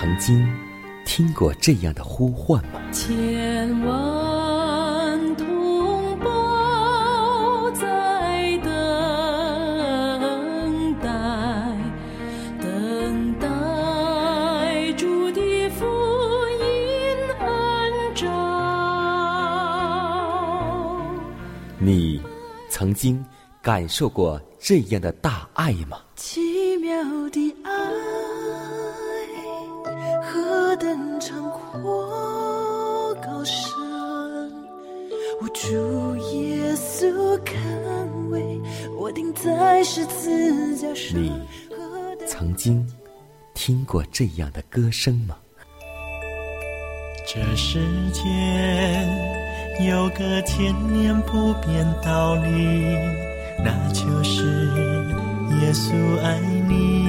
曾经听过这样的呼唤吗？ 千万同胞在等待，等待主的福音恩召。 你曾经感受过这样的大爱吗？ 奇妙的爱，何等长阔高深，我主耶稣看为我钉在十字架上。 你曾经听过这样的歌声吗？ 这世间有个千年不变道理，那就是耶稣爱你。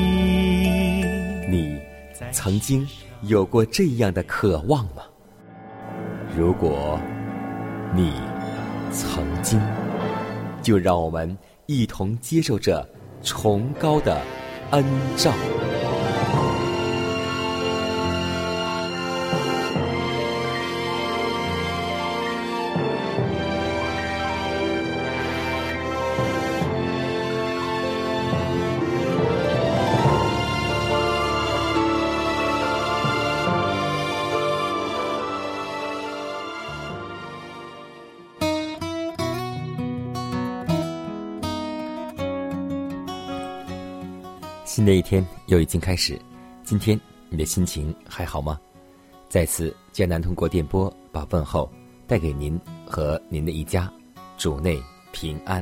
你曾经有过这样的渴望吗？如果你曾经，就让我们一同接受这崇高的恩召。新的一天又已经开始，今天你的心情还好吗？在此迦南通过电波把问候带给您和您的一家，主内平安。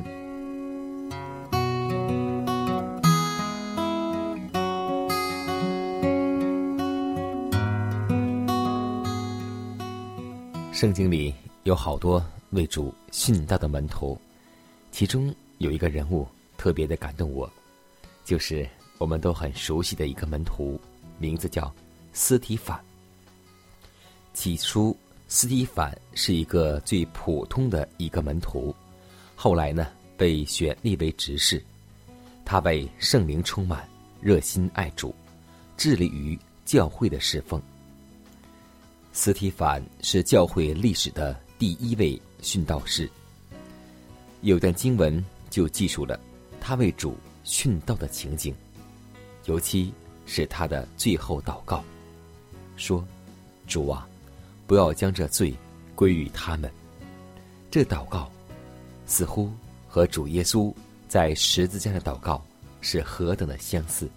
圣经里有好多为主殉道的门徒，其中有一个人物特别的感动我，就是我们都很熟悉的一个门徒，名字叫司提反。起初司提反是一个最普通的一个门徒，后来呢被选立为执事。他被圣灵充满，热心爱主，致力于教会的侍奉。司提反是教会历史的第一位殉道士。有段经文就记述了他为主殉道的情景，尤其是他的最后祷告，说：主啊，不要将这罪归于他们。这祷告似乎和主耶稣在十字架的祷告是何等的相似。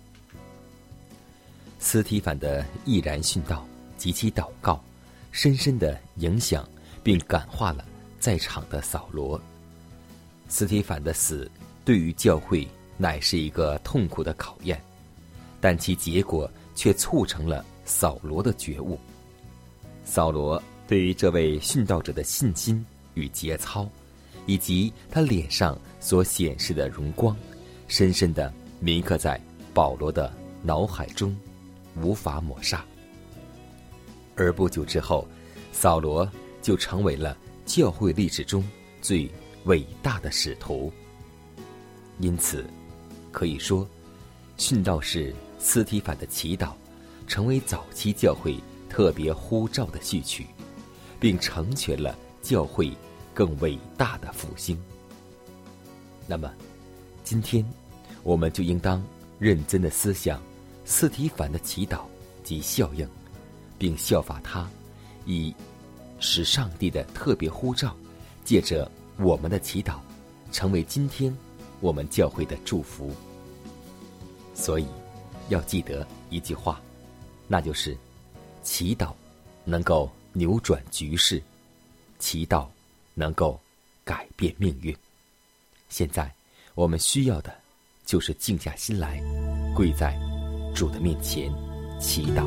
司提反的毅然殉道及其祷告，深深地影响并感化了在场的扫罗。司提反的死对于教会乃是一个痛苦的考验，但其结果却促成了扫罗的觉悟。扫罗对于这位殉道者的信心与节操，以及他脸上所显示的荣光，深深地铭刻在保罗的脑海中，无法抹杀。而不久之后，扫罗就成为了教会历史中最伟大的使徒。因此可以说，殉道士司提反的祈祷成为早期教会特别呼召的序曲，并成全了教会更伟大的复兴。那么今天我们就应当认真的思想司提反的祈祷及效应，并效法他，以使上帝的特别呼召借着我们的祈祷成为今天我们教会的祝福。所以要记得一句话，那就是祈祷能够扭转局势，祈祷能够改变命运。现在我们需要的就是静下心来，跪在主的面前祈祷。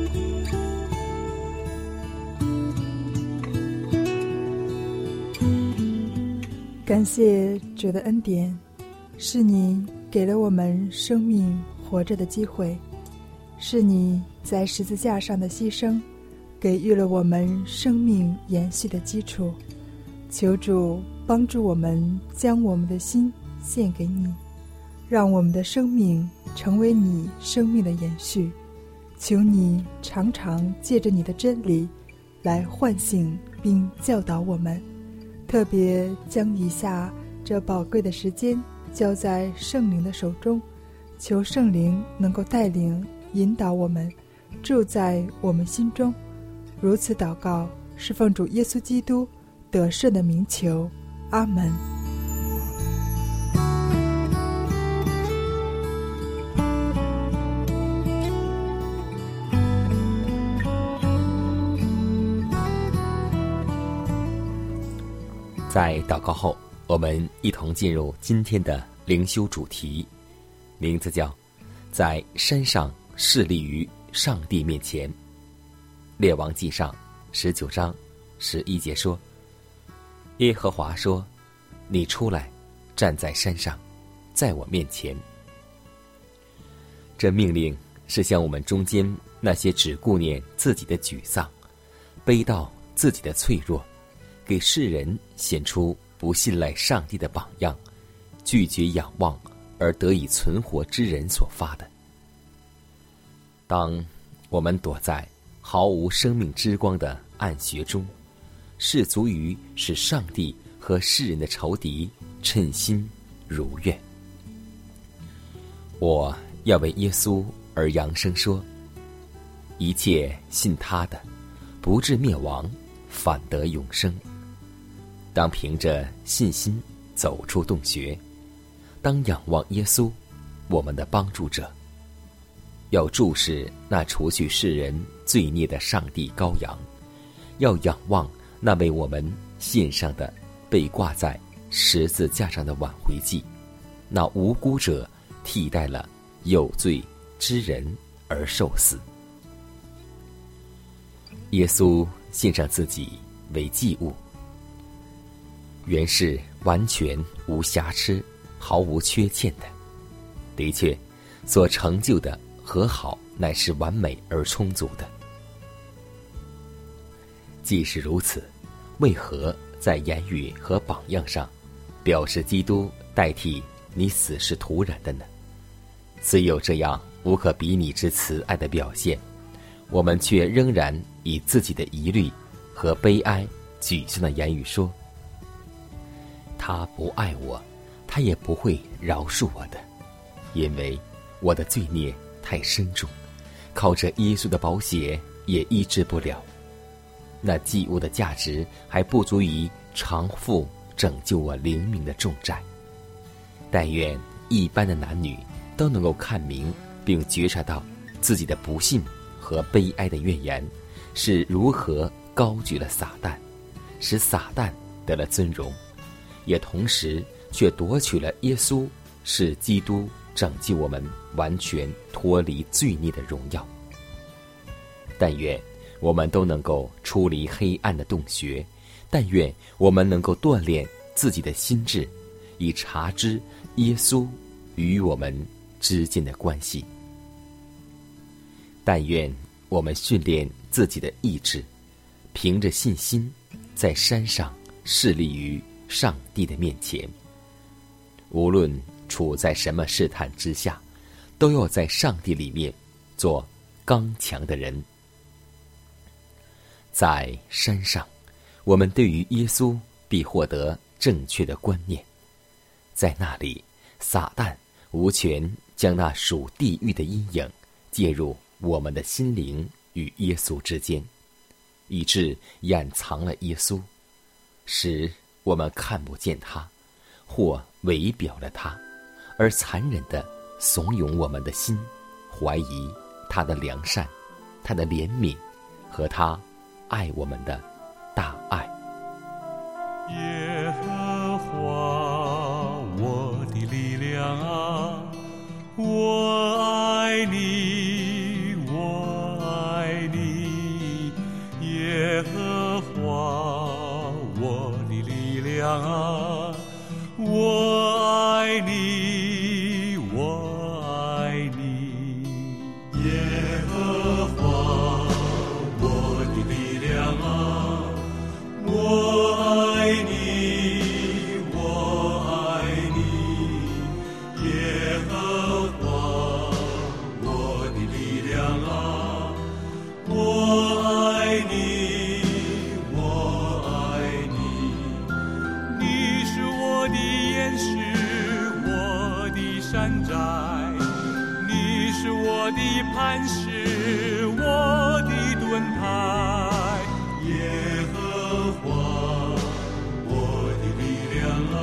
感谢主的恩典，是你给了我们生命活着的机会，是你在十字架上的牺牲给予了我们生命延续的基础。求主帮助我们将我们的心献给你，让我们的生命成为你生命的延续。 求你常常借着你的真理来唤醒并教导我们，特别将以下这宝贵的时间交在圣灵的手中，求圣灵能够带领引导我们，住在我们心中。如此祷告，是奉主耶稣基督得胜的名求，阿门。 在祷告后，我们一同进入今天的灵修主题，名字叫在山上侍立于上帝面前。列王纪上19章11节说，耶和华说，你出来站在山上，在我面前。这命令是向我们中间那些只顾念自己的沮丧，背到自己的脆弱，给世人显出不信赖上帝的榜样，拒绝仰望而得以存活之人所发的。当我们躲在毫无生命之光的暗穴中，是足于使上帝和世人的仇敌称心如愿。我要为耶稣而扬声说，一切信他的，不至灭亡，反得永生。当凭着信心走出洞穴，当仰望耶稣，我们的帮助者。要注视那除去世人罪孽的上帝羔羊，要仰望那为我们献上的被挂在十字架上的挽回祭，那无辜者替代了有罪之人而受死。耶稣献上自己为祭物，原是完全无瑕疵、毫无缺欠的。的确，所成就的和好乃是完美而充足的。既是如此，为何在言语和榜样上表示基督代替你死是徒然的呢？虽有这样无可比拟之慈爱的表现，我们却仍然以自己的疑虑和悲哀沮丧的言语说，他不爱我，他也不会饶恕我的，因为我的罪孽太深重，靠着耶稣的宝血也医治不了。那祭物的价值还不足以偿付拯救我灵命的重债。但愿一般的男女都能够看明并觉察到自己的不幸和悲哀的怨言是如何高举了撒旦，使撒旦得了尊荣，也同时却夺取了耶稣使基督拯救我们完全脱离罪孽的荣耀。但愿我们都能够出离黑暗的洞穴，但愿我们能够锻炼自己的心智，以察知耶稣与我们之间的关系。但愿我们训练自己的意志，凭着信心在山上侍立于上帝的面前。无论处在什么试探之下，都要在上帝里面做刚强的人。在山上，我们对于耶稣必获得正确的观念。在那里，撒旦无权将那属地狱的阴影介入我们的心灵与耶稣之间，以致掩藏了耶稣，使我们看不见他，或违表了他，而残忍地怂恿我们的心怀疑他的良善、他的怜悯和他爱我们的大爱。 耶和华我的力量啊，我爱你，我爱你。耶和华我的力量啊，我爱你，我爱你。耶和华我的力量啊，我爱你，我爱你。耶和华山寨，你是我的磐石，我的盾牌。耶和华，我的力量啊，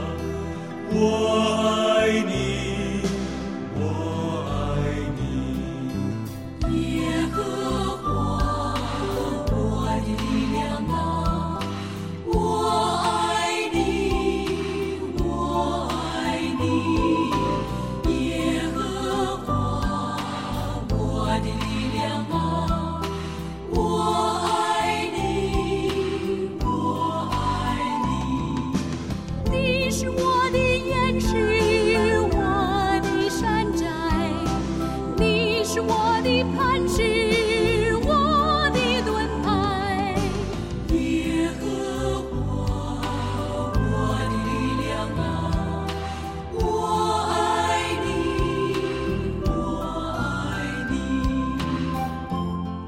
我爱你，我爱你。 耶和华，我的力量啊，我爱你，我爱你。耶和华，我的力量啊，我爱你，我爱你。你是我的岩石，我的山寨，你是我的磐石，我的盾牌。耶和华，我的力量啊，我爱你，我爱你。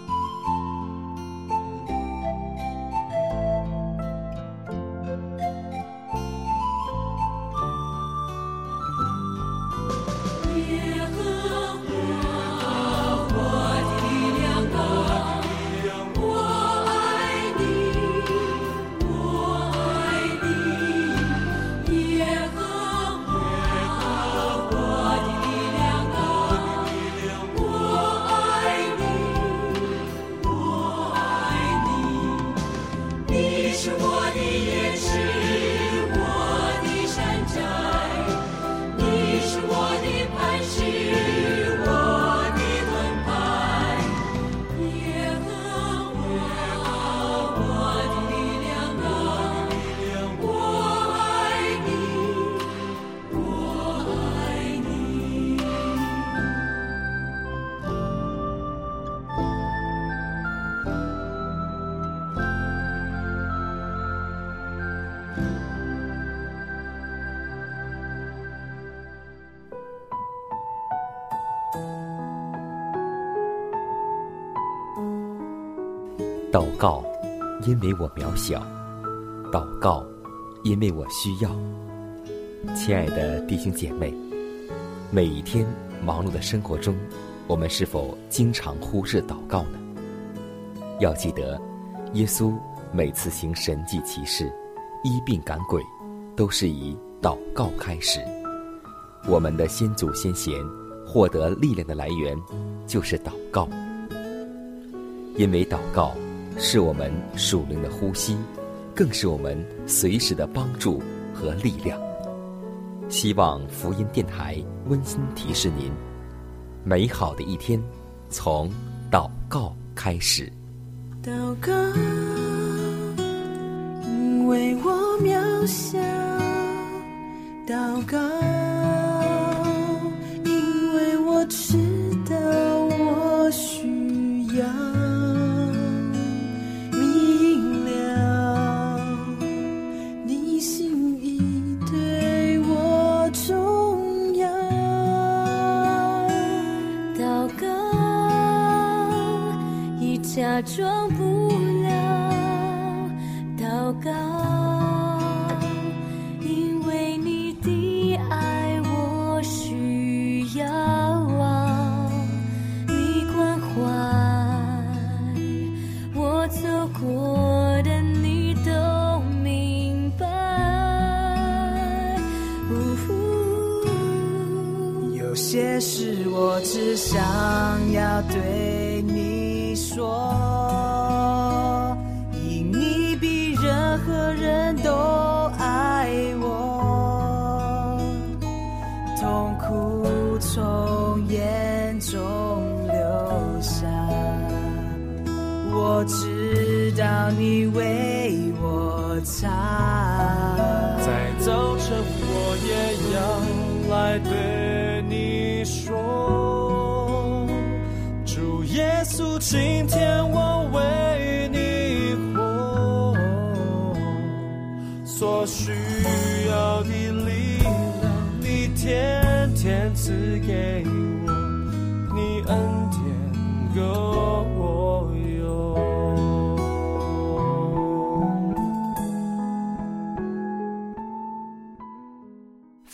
耶和华，我的力量啊，我爱你，我爱你。耶和华，我的力量啊，我爱你，我爱你。你是我的岩石，我的山寨，你是我的磐石，我的盾牌。耶和华，我的力量啊，我爱你，我爱你。 祷告，因为我渺小；祷告，因为我需要。亲爱的弟兄姐妹，每一天忙碌的生活中，我们是否经常忽视祷告呢？要记得，耶稣每次行神迹奇事、医病赶鬼，都是以祷告开始。我们的先祖先贤获得力量的来源，就是祷告。因为祷告是我们属灵的呼吸，更是我们随时的帮助和力量。希望福音电台温馨提示您：美好的一天从祷告开始。 祷告，因为我渺小；祷告，因为我知道我需要。明了你心意对我重要。祷告，已假装不了。祷告，因为你的爱我需要啊，你关怀我走过的你都明白。有些事我只想要对你说，因你比任何人都爱我，痛苦从眼中流下，我知道你为我擦。 在早晨我也要来对你说，主耶稣，今天我为你活，所需要的力量你天天赐给我，你恩典够用。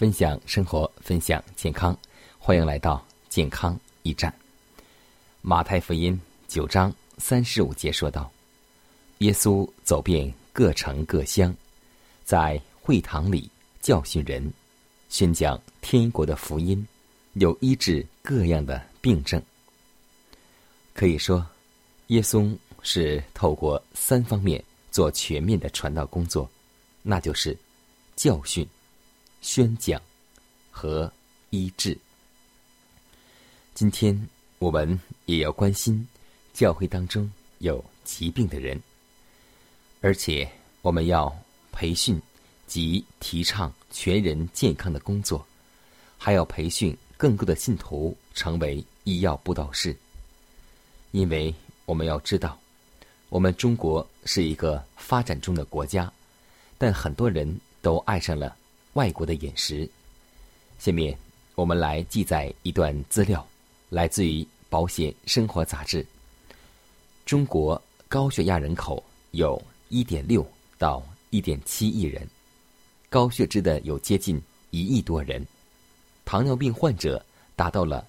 分享生活，分享健康，欢迎来到健康驿站。马太福音9章35节说道：耶稣走遍各城各乡，在会堂里教训人，宣讲天国的福音，有医治各样的病症。可以说，耶稣是透过3方面做全面的传道工作，那就是教训、宣讲和医治。今天我们也要关心教会当中有疾病的人，而且我们要培训及提倡全人健康的工作，还要培训更多的信徒成为医药布道士。因为我们要知道，我们中国是一个发展中的国家，但很多人都爱上了外国的饮食。下面我们来记载一段资料，来自于保险生活杂志。中国高血压人口有 1.6 到 1.7 亿人，高血脂的有接近1亿多人，糖尿病患者达到了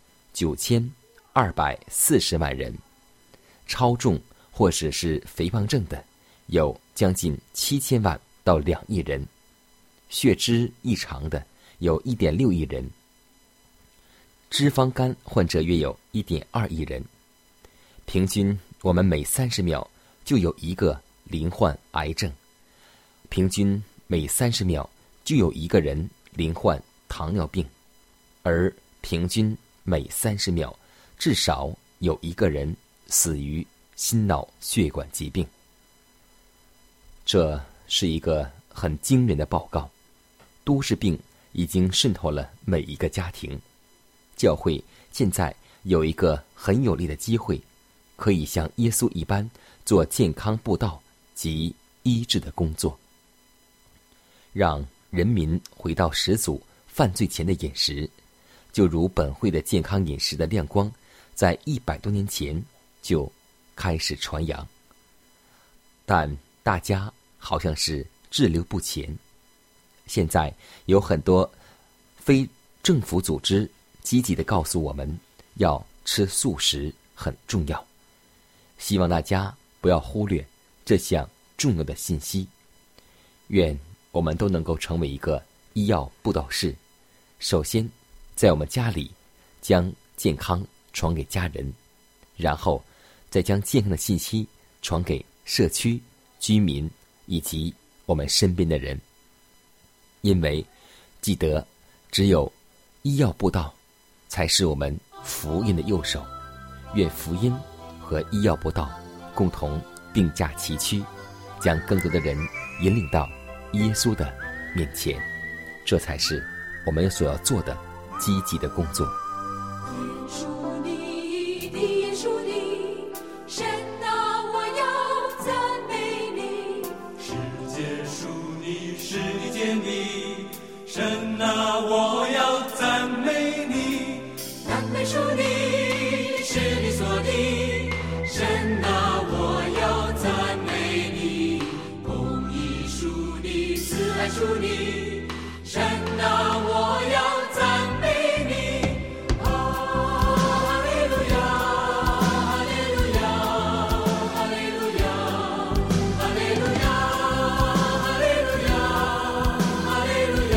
9240万人，超重或者是肥胖症的有将近7000万到2亿人，血脂异常的有 1.6 亿人，脂肪肝患者约有 1.2 亿人。平均我们每30秒就有一个罹患癌症，平均每30秒就有一个人罹患糖尿病，而平均每30秒至少有一个人死于心脑血管疾病。这是一个很惊人的报告，都市病已经渗透了每一个家庭。教会现在有一个很有利的机会，可以像耶稣一般做健康布道及医治的工作，让人民回到始祖犯罪前的饮食，就如本会的健康饮食的亮光在100多年前就开始传扬，但大家好像是滞留不前。现在有很多非政府组织积极地告诉我们，要吃素食很重要，希望大家不要忽略这项重要的信息。愿我们都能够成为一个医药布道士，首先在我们家里将健康传给家人，然后再将健康的信息传给社区居民以及我们身边的人。因为记得，只有医药布道才是我们福音的右手。愿福音和医药布道共同并驾齐驱，将更多的人引领到耶稣的面前，这才是我们所要做的积极的工作。 神啊，我要赞美你，赞美属你，是你所的。神啊，我要赞美你，公义属你，慈爱属你。神啊，我要赞美你。哈利路亚，哈利路亚，哈利路亚，哈利路亚，哈利路亚，哈利路亚。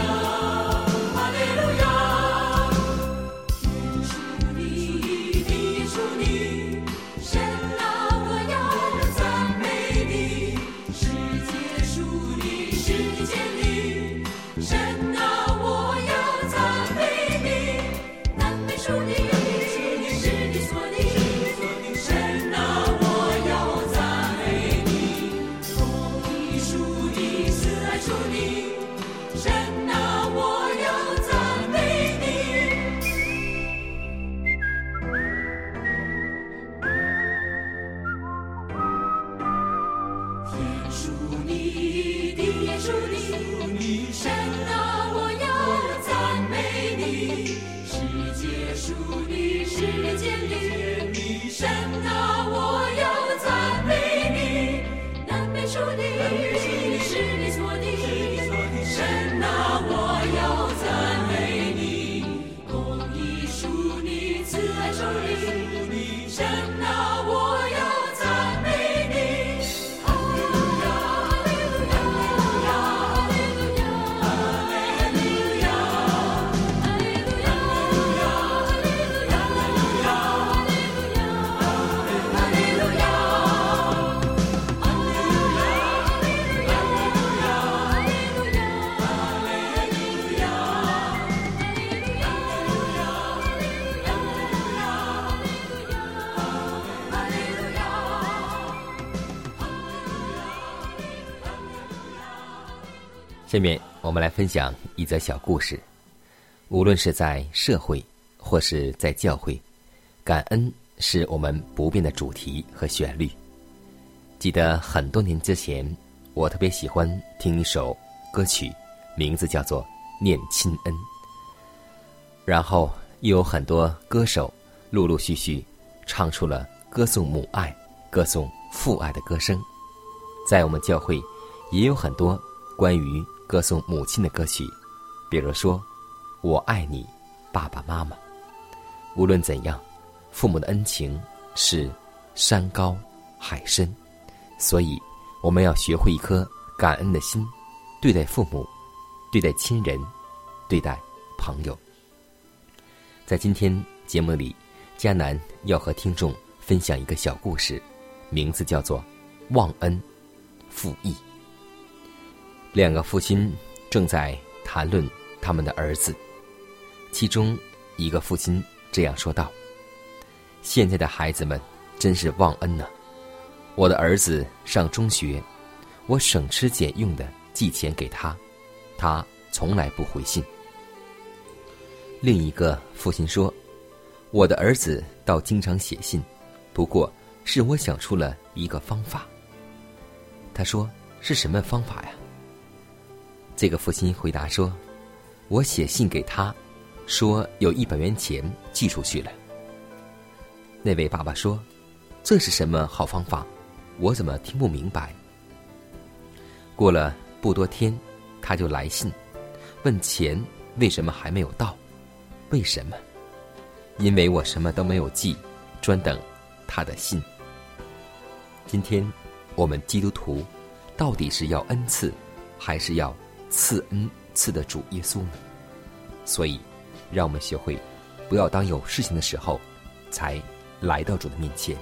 是你所的，神啊，我要赞下面我们来分享一则小故事。无论是在社会或是在教会，感恩是我们不变的主题和旋律。记得很多年之前，我特别喜欢听一首歌曲，名字叫做《念亲恩》。然后又有很多歌手陆陆续续唱出了歌颂母爱、歌颂父爱的歌声。在我们教会也有很多关于歌颂母亲的歌曲，比如说我爱你爸爸妈妈。无论怎样，父母的恩情是山高海深，所以我们要学会一颗感恩的心，对待父母，对待亲人，对待朋友。在今天节目里，迦南要和听众分享一个小故事，名字叫做忘恩负义。两个父亲正在谈论他们的儿子，其中一个父亲这样说道：现在的孩子们真是忘恩呢。我的儿子上中学，我省吃俭用的寄钱给他，他从来不回信。另一个父亲说，我的儿子倒经常写信，不过是我想出了一个方法。他说，是什么方法呀？这个父亲回答说，我写信给他，说有100元钱寄出去了。那位爸爸说，这是什么好方法？我怎么听不明白？过了不多天，他就来信，问钱为什么还没有到？为什么？因为我什么都没有寄，专等他的信。今天我们基督徒到底是要恩赐，还是要赐恩赐的主耶稣呢？所以让我们学会不要当有事情的时候才来到主的面前。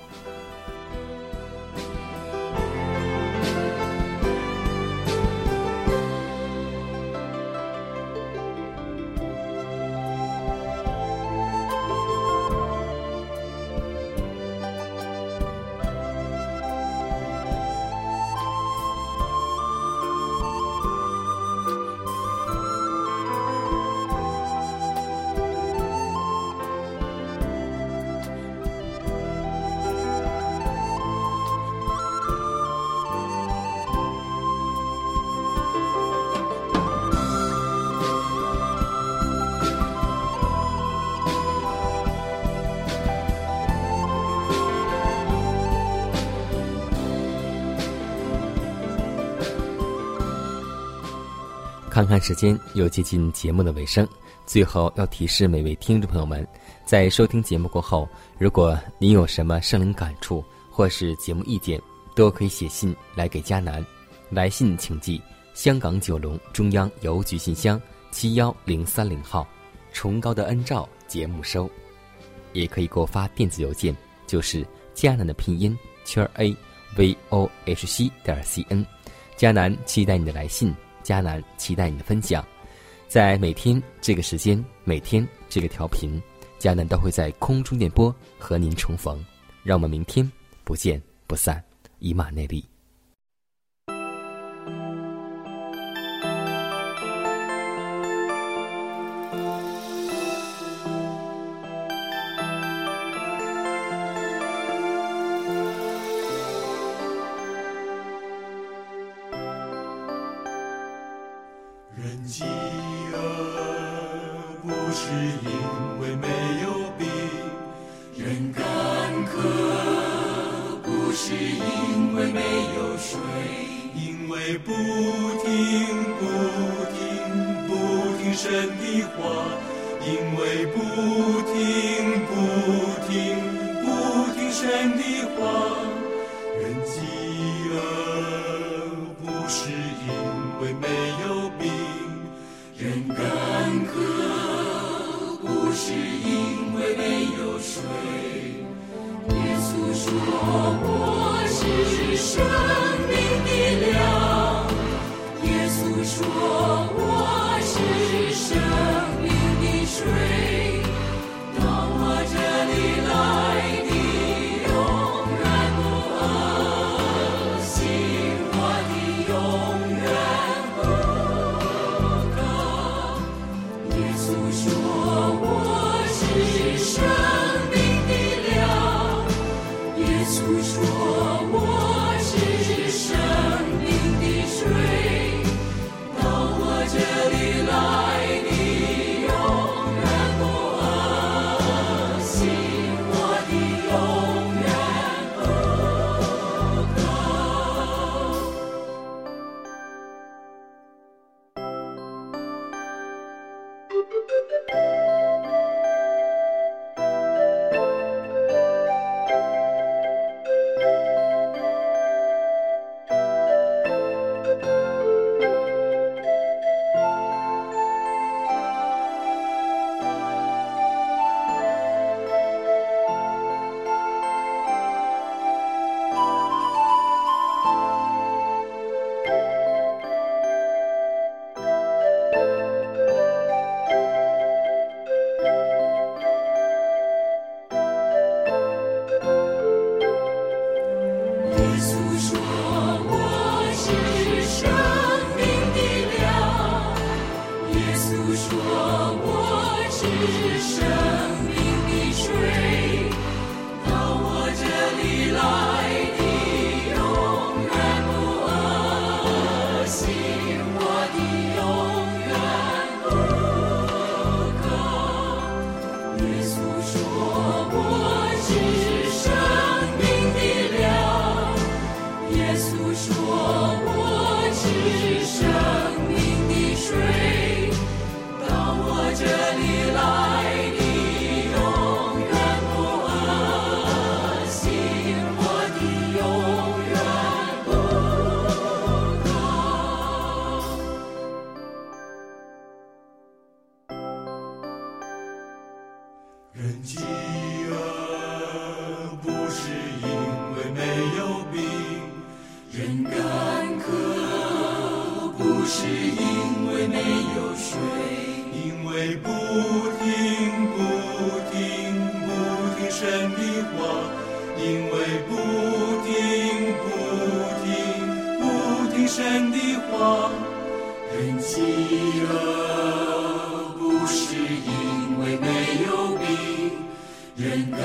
看看时间，又接近节目的尾声，最后要提示每位听众朋友们，在收听节目过后，如果您有什么圣灵感触或是节目意见，都可以写信来给迦南。来信请寄香港九龙中央邮局信箱71030号，崇高的恩照节目收。也可以给我发电子邮件，就是迦南的拼音@avohc.cn。迦南期待你的来信，迦南期待你的分享。在每天这个时间，每天这个调频，迦南都会在空中电波和您重逢。让我们明天不见不散，以马内利。 人饥饿不是因为没有饼，人干渴不是因为没有水，因为不听神的话，因为不听神的话。人饥饿不是因为没有饼，人干渴不是因为没有水。耶稣说我是生命的粮，耶稣说我是生命的水，到我这里来的永远不饿，信我的永远不人饥饿不是因为没有饼，人干渴不是因为没有水，因为不听神的话，因为不听神的话。人饥饿不是因为没有饼，人干